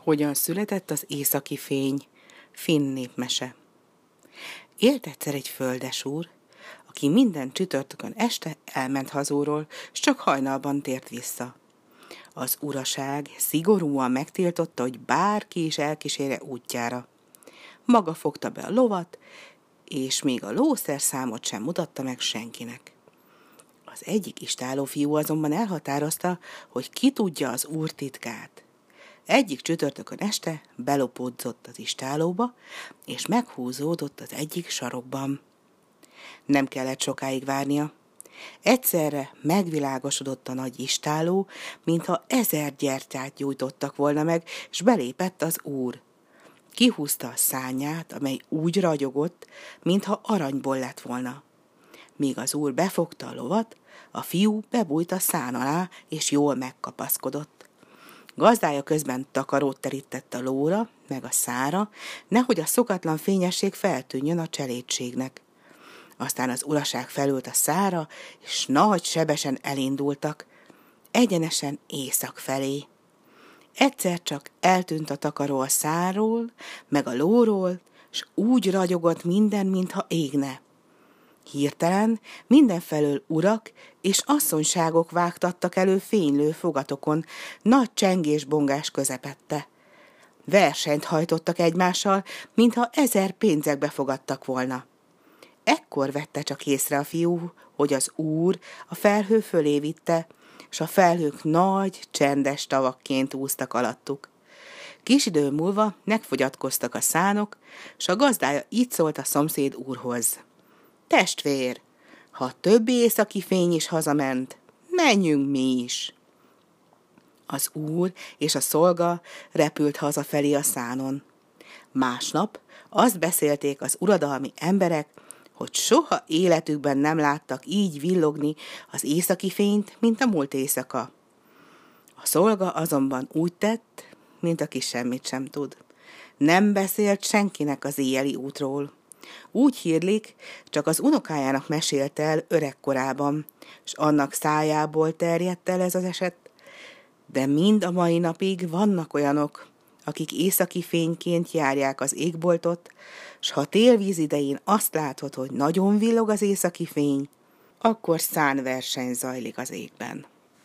Hogyan született az északi fény? Finn népmese. Élt egyszer egy földesúr, aki minden csütörtökön este elment hazúról, s csak hajnalban tért vissza. Az uraság szigorúan megtiltotta, hogy bárki is elkísérje útjára. Maga fogta be a lovat, és még a lószerszámot sem mutatta meg senkinek. Az egyik istállófiú azonban elhatározta, hogy ki tudja az úr titkát. Egyik csütörtökön este belopódzott az istállóba, és meghúzódott az egyik sarokban. Nem kellett sokáig várnia. Egyszerre megvilágosodott a nagy istálló, mintha 1000 gyertyát gyújtottak volna meg, s belépett az úr. Kihúzta a szárnyát, amely úgy ragyogott, mintha aranyból lett volna. Míg az úr befogta a lovat, a fiú bebújt a szán alá, és jól megkapaszkodott. Gazdája közben takarót terített a lóra, meg a szára, nehogy a szokatlan fényesség feltűnjön a cselédségnek. Aztán az uraság felült a szára, és nagy sebesen elindultak, egyenesen észak felé. Egyszer csak eltűnt a takaró a szárról, meg a lóról, s úgy ragyogott minden, mintha égne. Hirtelen mindenfelől urak és asszonyságok vágtattak elő fénylő fogatokon, nagy csengés-bongás közepette. Versenyt hajtottak egymással, mintha 1000 pénzekbe fogadtak volna. Ekkor vette csak észre a fiú, hogy az úr a felhő fölé vitte, s a felhők nagy, csendes tavakként úsztak alattuk. Kis idő múlva megfogyatkoztak a szánok, s a gazdája így szólt a szomszéd úrhoz. Testvér, ha többi északi fény is hazament, menjünk mi is. Az úr és a szolga repült hazafelé a szánon. Másnap azt beszélték az uradalmi emberek, hogy soha életükben nem láttak így villogni az északi fényt, mint a múlt éjszaka. A szolga azonban úgy tett, mint aki semmit sem tud. Nem beszélt senkinek az éjjeli útról. Úgy hírlik, csak az unokájának mesélte el öregkorában, s annak szájából terjedt el ez az eset. De mind a mai napig vannak olyanok, akik északi fényként járják az égboltot, s ha télvíz idején azt látod, hogy nagyon villog az északi fény, akkor szánverseny zajlik az égben.